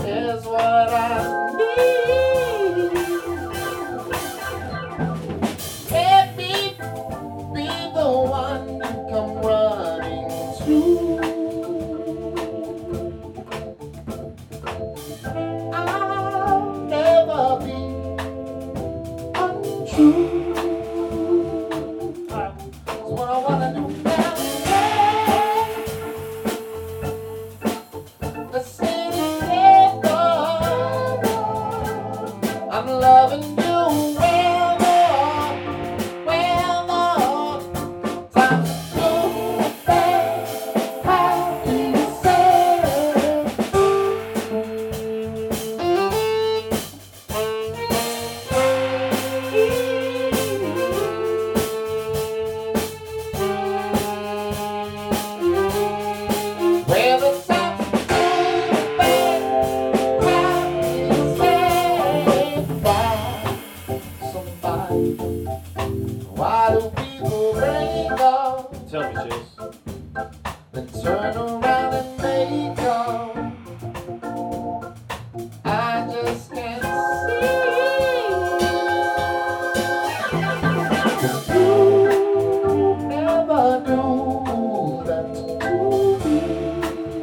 is what I need. Let me be the one you come running to. I'll never be untrue. That's what I wanna do now. Let's stay together. I'm loving you well more, well more. Time to go back. How do you say? Well, it's time to go back. How do you say? Find somebody. Why do people break up? Tell me, Chase. Then turn around and make up. I just can't see. You never do that to me.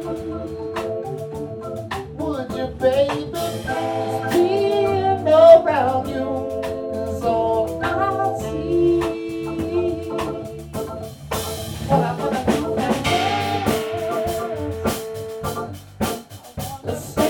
Would you, baby? Just being around you is all I see. What I wanna do now is let's